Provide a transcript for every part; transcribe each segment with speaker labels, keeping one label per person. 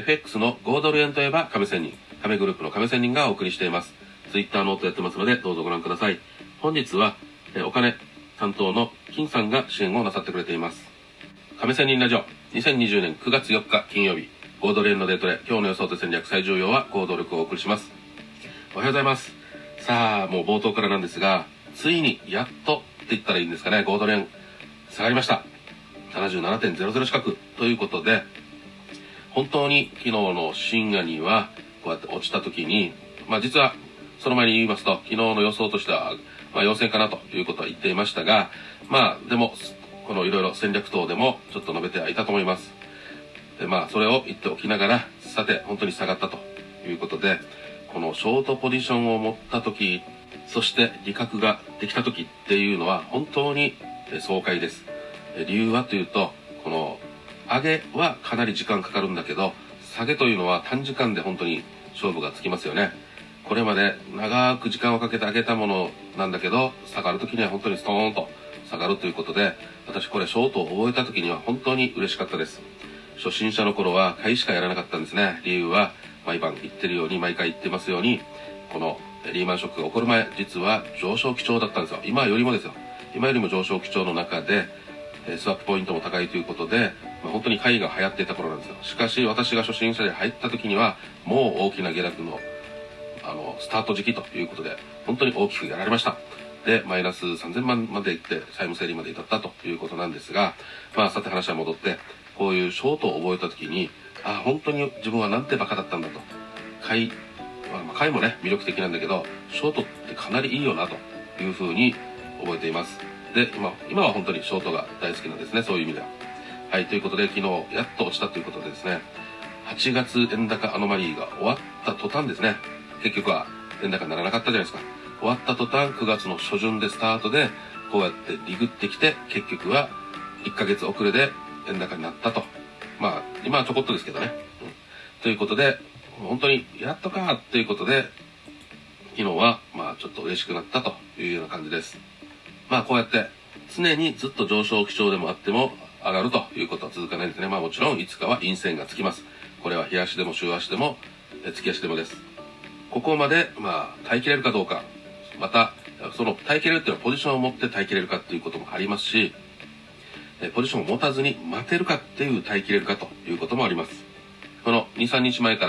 Speaker 1: FX の5ドル円といえば亀仙人、亀グループの亀仙人がお送りしています。Twitter ノートやってますのでどうぞご覧ください。本日はお金担当の金さんが支援をなさってくれています。亀仙人ラジオ2020年9月4日金曜日、5ドル円のデートで今日の予想と戦略最重要は5ドルをお送りします。おはようございます。さあもう冒頭からなんですが、ついにやっとって言ったらいいんですかね、5ドル円下がりました。77.00 近くということで、本当に昨日の深夜にはこうやって落ちた時に、実はその前に言いますと、昨日の予想としては陽線かなということは言っていましたが、でもこのいろいろ戦略等でもちょっと述べてはいたと思います。でそれを言っておきながら、さて本当に下がったということで、このショートポジションを持った時、そして利確ができた時っていうのは本当に爽快です。理由はというと、この上げはかなり時間かかるんだけど、下げというのは短時間で本当に勝負がつきますよね。これまで長く時間をかけて上げたものなんだけど、下がる時には本当にストーンと下がるということで、私これショートを覚えた時には本当に嬉しかったです。初心者の頃は買いしかやらなかったんですね。理由は毎晩言ってるように、毎回言ってますように、このリーマンショックが起こる前、実は上昇基調だったんですよ。今よりもですよ。今よりも上昇基調の中でスワップポイントも高いということで、本当に買いが流行っていた頃なんですよ。しかし私が初心者で入った時にはもう大きな下落のスタート時期ということで、本当に大きくやられました。でマイナス3000万までいって債務整理まで至ったということなんですが、さて話は戻って、こういうショートを覚えた時に、本当に自分はなんてバカだったんだと。買いもね魅力的なんだけど、ショートってかなりいいよなというふうに覚えています。で今は本当にショートが大好きなんですね、そういう意味では。はい、ということで昨日やっと落ちたということでですね、8月円高アノマリーが終わった途端ですね、結局は円高にならなかったじゃないですか。終わった途端9月の初旬でスタートでこうやってリグってきて、結局は1ヶ月遅れで円高になったと。今はちょこっとですけどね、ということで本当にやっとかということで、昨日はちょっと嬉しくなったというような感じです。こうやって常にずっと上昇基調でもあっても上がるということは続かないですね。もちろんいつかは陰線がつきます。これは日足でも週足でも月足でもです。ここまで耐えきれるかどうか、またその耐えきれるっていうのはポジションを持って耐えきれるかっていうこともありますし、ポジションを持たずに待てるかっていう耐えきれるかということもあります。この 2,3 日前から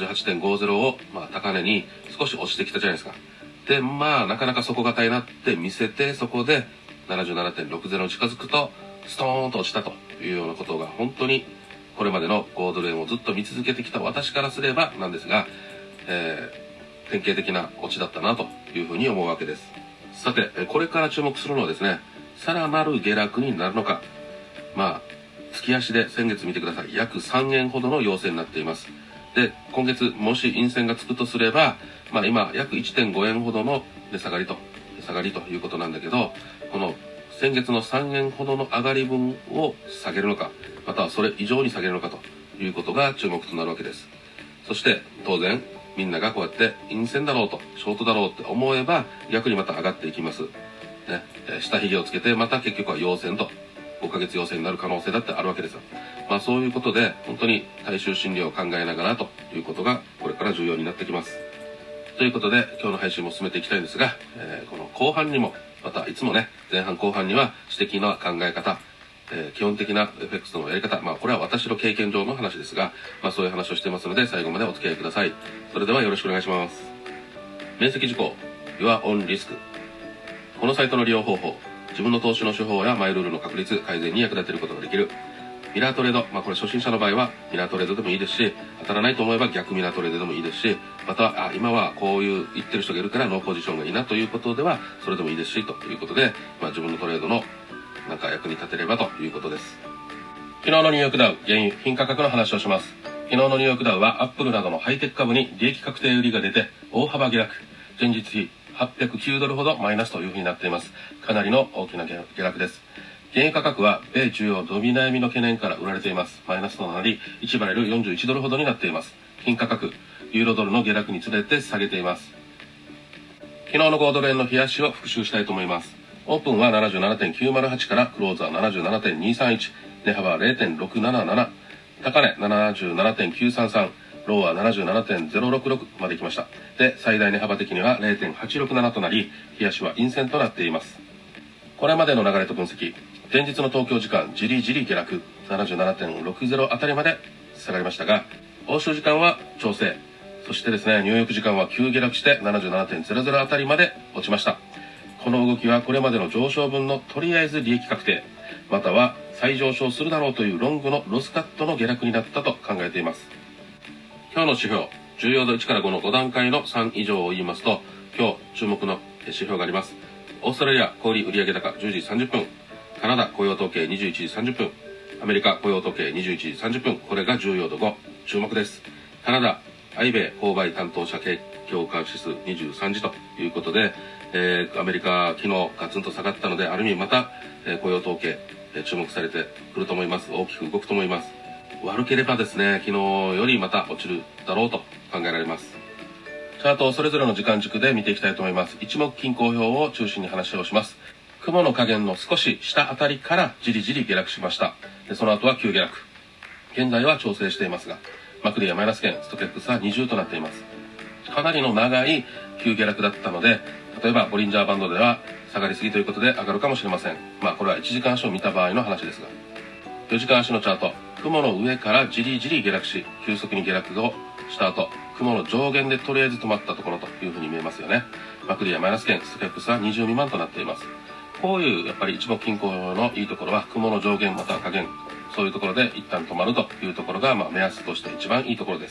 Speaker 1: 78.50 を高値に少し押してきたじゃないですか。でなかなか底堅いなって見せて、そこで 77.60 に近づくとストーンと落ちたというようなことが、本当にこれまでの5ドル円をずっと見続けてきた私からすればなんですが、典型的な落ちだったなというふうに思うわけです。さてこれから注目するのはですね、さらなる下落になるのか。月足で先月見てください。約3円ほどの陽線になっています。で今月もし陰線がつくとすれば、今約 1.5 円ほどの値下がりということなんだけど、この先月の3円ほどの上がり分を下げるのか、またはそれ以上に下げるのかということが注目となるわけです。そして当然みんながこうやって陰線だろうとショートだろうって思えば、逆にまた上がっていきます、下髭をつけてまた結局は陽線と5ヶ月陽線になる可能性だってあるわけですよ。そういうことで本当に大衆心理を考えながらということがこれから重要になってきます。ということで今日の配信も進めていきたいんですが、この後半にもまたいつもね、前半後半には私的な考え方、基本的な FX のやり方、これは私の経験上の話ですが、そういう話をしてますので最後までお付き合いください。それではよろしくお願いします。面積事項 Your Own Risk。 このサイトの利用方法、自分の投資の手法やマイルールの確率改善に役立てることができる。ミラートレード、これ初心者の場合はミラートレードでもいいですし、当たらないと思えば逆ミラートレードでもいいですし、または今はこういう言ってる人がいるからノーポジションがいいなということではそれでもいいですしということで、自分のトレードの役に立てればということです。昨日のニューヨークダウ、原油品価格の話をします。昨日のニューヨークダウはアップルなどのハイテク株に利益確定売りが出て大幅下落、前日比809ドルほどマイナスというふうになっています。かなりの大きな下落です。原油価格は米中央伸び悩みの懸念から売られています。マイナスとなり1バレル41ドルほどになっています。金価格ユーロドルの下落につれて下げています。昨日の5ドル円の冷やしを復習したいと思います。オープンは 77.908 からクローズは 77.231、値幅は 0.677、 高値 77.933、ローは 77.066 まで来ました。で、最大値幅的には 0.867 となり、日足は陰線となっています。これまでの流れと分析、前日の東京時間じりじり下落 77.60 あたりまで下がりましたが、欧州時間は調整、そしてですね、ニューヨーク時間は急下落して 77.00 あたりまで落ちました。この動きはこれまでの上昇分のとりあえず利益確定、または再上昇するだろうというロングのロスカットの下落になったと考えています。今日の指標、重要度1から5の5段階の3以上を言いますと、今日注目の指標があります。オーストラリア小売売上高10時30分、カナダ雇用統計21時30分、アメリカ雇用統計21時30分、これが重要度5、注目です。カナダ、ア米購買担当者景況感指数23時ということで、アメリカ昨日ガツンと下がったので、ある意味また、雇用統計、注目されてくると思います。大きく動くと思います。悪ければですね、昨日よりまた落ちるだろうと考えられます。チャートをそれぞれの時間軸で見ていきたいと思います。一目均衡表を中心に話をします。雲の加減の少し下あたりからじりじり下落しました。でその後は急下落。現在は調整していますが、マクディやマイナス圏、ストキャックスは20となっています。かなりの長い急下落だったので、例えばボリンジャーバンドでは下がりすぎということで上がるかもしれません。これは1時間足を見た場合の話ですが、4時間足のチャート、雲の上からじりじり下落し、急速に下落をした後、雲の上限でとりあえず止まったところというふうに見えますよね。マクディやマイナス圏、ストキャックスは20未満となっています。こういうやっぱり一目均衡のいいところは、雲の上限または下限、そういうところで一旦止まるというところが目安として一番いいところです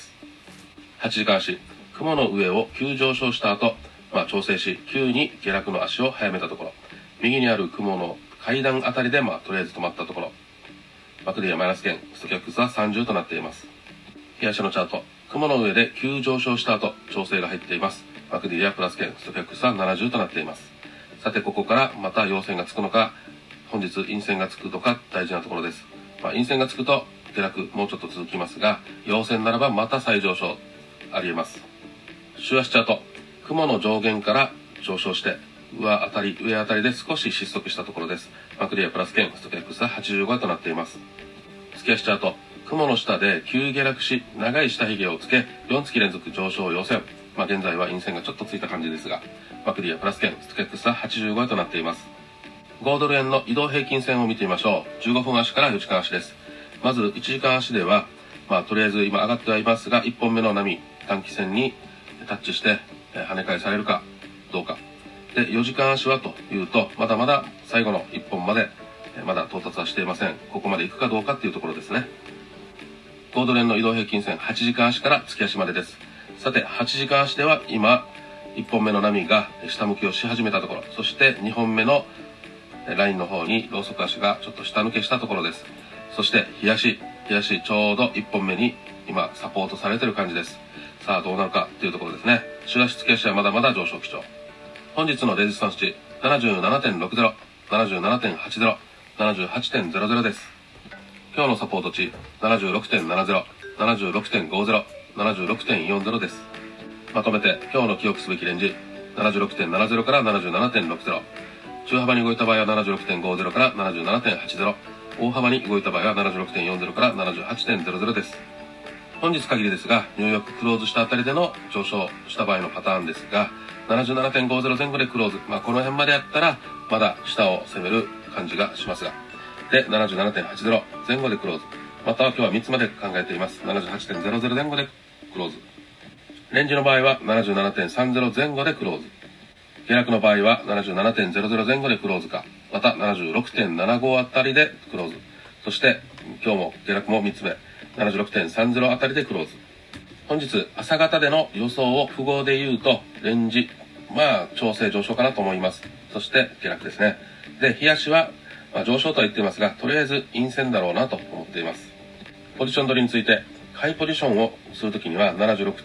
Speaker 1: 。8時間足、雲の上を急上昇した後、調整し、急に下落の足を早めたところ、右にある雲の階段あたりでとりあえず止まったところ、マクディやマイナス圏、ストキャックスは30となっています。日足のチャート、雲の上で急上昇した後、調整が入っています。マクディやプラス圏、ストキャックスは70となっています。さて、ここからまた陽線がつくのか、本日陰線がつくのか大事なところです。陰線がつくと下落もうちょっと続きますが、陽線ならばまた再上昇あり得ます。週足チャート、雲の上限から上昇して、上あたりで少し失速したところです。マクディやプラス圏、ストキャックスは85となっています。月足チャート、雲の下で急下落し、長い下髭をつけ、4月連続上昇陽線。現在は陰線がちょっとついた感じですが、マクディやプラス圏、ストキャックスは85となっています。5ドル円の移動平均線を見てみましょう。15分足から4時間足です。まず1時間足では、とりあえず今上がってはいますが、1本目の波、短期線にタッチして、跳ね返されるかどうか。で、4時間足はというと、まだまだ最後の1本まで、まだ到達はしていません。ここまで行くかどうかっていうところですね。5ドル円の移動平均線、8時間足から月足までです。さて、8時間足では今、1本目の波が下向きをし始めたところ、そして2本目のラインの方にローソク足がちょっと下抜けしたところです。そして、日足ちょうど1本目に今サポートされている感じです。さあ、どうなるかというところですね。週足月足はまだまだ上昇基調。本日のレジスタンス値、77.60、77.80、78.00 です。今日のサポート値、76.70、76.50、76.40 です。まとめて、今日の記憶すべきレンジ、76.70 から 77.60。中幅に動いた場合は 76.50 から 77.80。大幅に動いた場合は 76.40 から 78.00 です。本日限りですが、ニューヨーククローズしたあたりでの上昇した場合のパターンですが、77.50 前後でクローズ。この辺までやったら、まだ下を攻める感じがしますが。で、77.80 前後でクローズ。または今日は3つまで考えています。78.00 前後でクローズ。レンジの場合は 77.30 前後でクローズ。下落の場合は 77.00 前後でクローズか、また 76.75 あたりでクローズ。そして、今日も下落も3つ目、76.30 あたりでクローズ。本日、朝方での予想を符号で言うと、レンジ、調整上昇かなと思います。そして、下落ですね。で、日足は、上昇とは言っていますが、とりあえず陰線だろうなと思っています。ポジション取りについて、買いポジションをするときには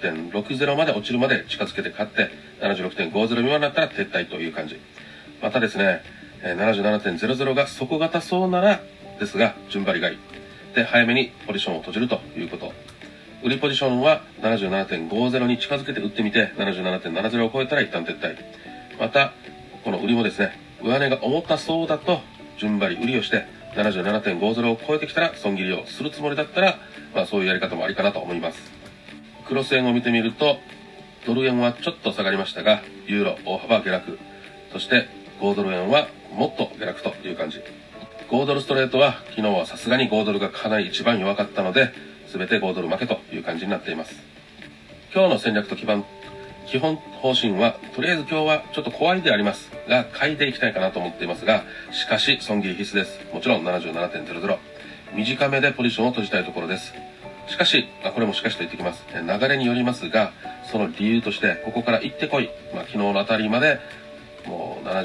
Speaker 1: 76.60 まで落ちるまで近づけて買って、76.50 未満になったら撤退という感じ。またですね、77.00 が底堅そうならですが、順張り買い。で、早めにポジションを閉じるということ。売りポジションは 77.50 に近づけて売ってみて、77.70 を超えたら一旦撤退。また、この売りもですね、上値が重たそうだと、順張り売りをして、77.50 を超えてきたら損切りをするつもりだったら、 そういうやり方もありかなと思います。クロス円を見てみると、ドル円はちょっと下がりましたが、ユーロ大幅下落。そして5ドル円はもっと下落という感じ。5ドルストレートは昨日はさすがに5ドルがかなり一番弱かったので、全て5ドル負けという感じになっています。今日の戦略と基本方針は、とりあえず今日はちょっと怖いでありますが、買いでいきたいかなと思っていますが、しかし損切り必須です。もちろん 77.00。短めでポジションを閉じたいところです。しかし、これもしかしと言ってきます。流れによりますが、その理由として、ここから行ってこい。昨日のあたりまで、もう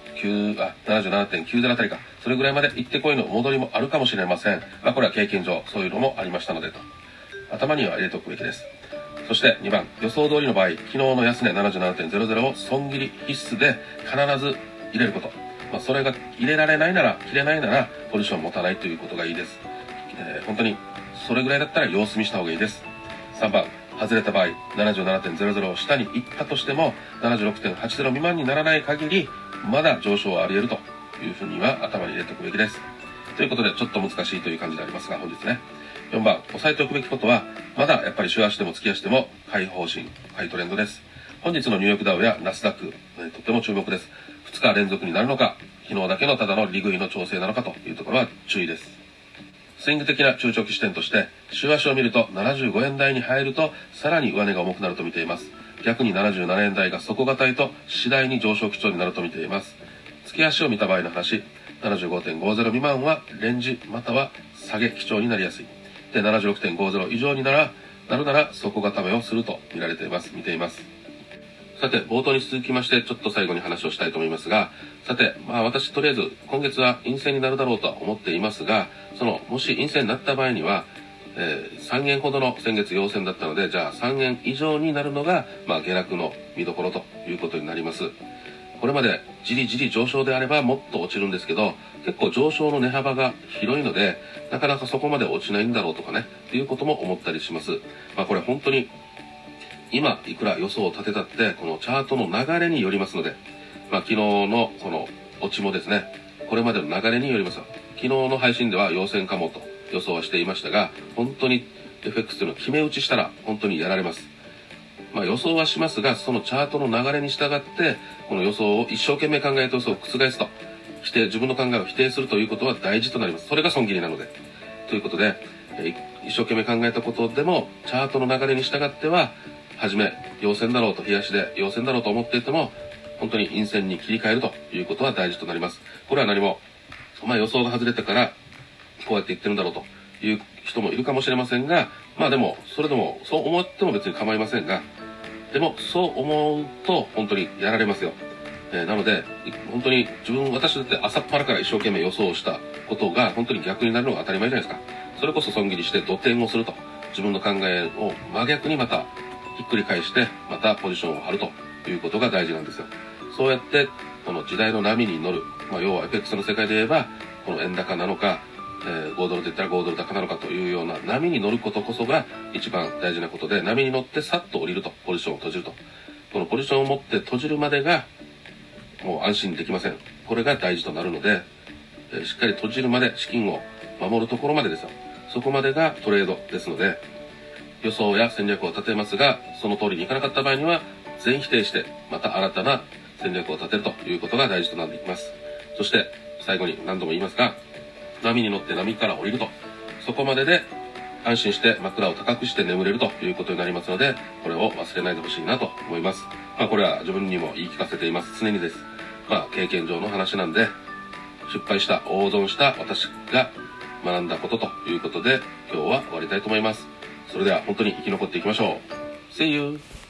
Speaker 1: 77.90 あたりか。それぐらいまで行ってこいの戻りもあるかもしれません。これは経験上、そういうのもありましたのでと。頭には入れておくべきです。そして2番、予想通りの場合、昨日の安値 77.00 を損切り必須で必ず入れること。それが入れられないなら、切れないなら、ポジションを持たないということがいいです。本当に、それぐらいだったら様子見した方がいいです。3番、外れた場合、77.00 を下に行ったとしても、76.80 未満にならない限り、まだ上昇はあり得るというふうには頭に入れておくべきです。ということで、ちょっと難しいという感じでありますが、本日ね。4番、押さえておくべきことは、まだやっぱり週足でも月足でも買い方針、買いトレンドです。本日のニューヨークダウやナスダック、とても注目です。2日連続になるのか、昨日だけのただの利食いの調整なのかというところは注意です。スイング的な中長期視点として、週足を見ると75円台に入ると、さらに上値が重くなると見ています。逆に77円台が底堅いと、次第に上昇基調になると見ています。月足を見た場合の話、75.50 未満はレンジまたは下げ基調になりやすい。で、76.50 以上になるなら底固めをすると見ています。さて、冒頭に続きまして、ちょっと最後に話をしたいと思いますが、さて、私とりあえず今月は陰線になるだろうとは思っていますが、もし陰線になった場合には、3円ほどの先月陽線だったので、じゃあ3円以上になるのが、下落の見どころということになります。これまでじりじり上昇であればもっと落ちるんですけど、結構上昇の値幅が広いので、なかなかそこまで落ちないんだろうとかね、っていうことも思ったりします。これ本当に、今いくら予想を立てたって、このチャートの流れによりますので、昨日のこの落ちもですね、これまでの流れによります。昨日の配信では陽線かもと予想はしていましたが、本当に FX というのを決め打ちしたら本当にやられます。予想はしますが、そのチャートの流れに従って、この予想を一生懸命考えた予想を覆すと、自分の考えを否定するということは大事となります。それが損切りなので。ということで、一生懸命考えたことでも、チャートの流れに従っては、はじめ、陽線だろうと、日足で陽線だろうと思っていても、本当に陰線に切り替えるということは大事となります。これは何も、予想が外れたから、こうやって言ってるんだろうという人もいるかもしれませんが、でも、それでも、そう思っても別に構いませんが、でも、そう思うと、本当にやられますよ。なので、本当に私だって朝っぱらから一生懸命予想をしたことが、本当に逆になるのが当たり前じゃないですか。それこそ損切りして土点をすると。自分の考えを真逆にまた、ひっくり返して、またポジションを張るということが大事なんですよ。そうやって、この時代の波に乗る。要は FX の世界で言えば、この円高なのか、5ドルで言ったら5ドル高なのかというような波に乗ることこそが一番大事なことで、波に乗ってさっと降りると、ポジションを閉じると。このポジションを持って閉じるまでが、もう安心できません。これが大事となるので、しっかり閉じるまで、資金を守るところまでですよ。そこまでがトレードですので、予想や戦略を立てますが、その通りにいかなかった場合には、全否定して、また新たな戦略を立てるということが大事となっていきます。そして、最後に何度も言いますが、波に乗って波から降りると。そこまでで安心して枕を高くして眠れるということになりますので、これを忘れないでほしいなと思います。これは自分にも言い聞かせています。常にです。経験上の話なんで、失敗した、大損した私が学んだことということで、今日は終わりたいと思います。それでは本当に生き残っていきましょう。See you!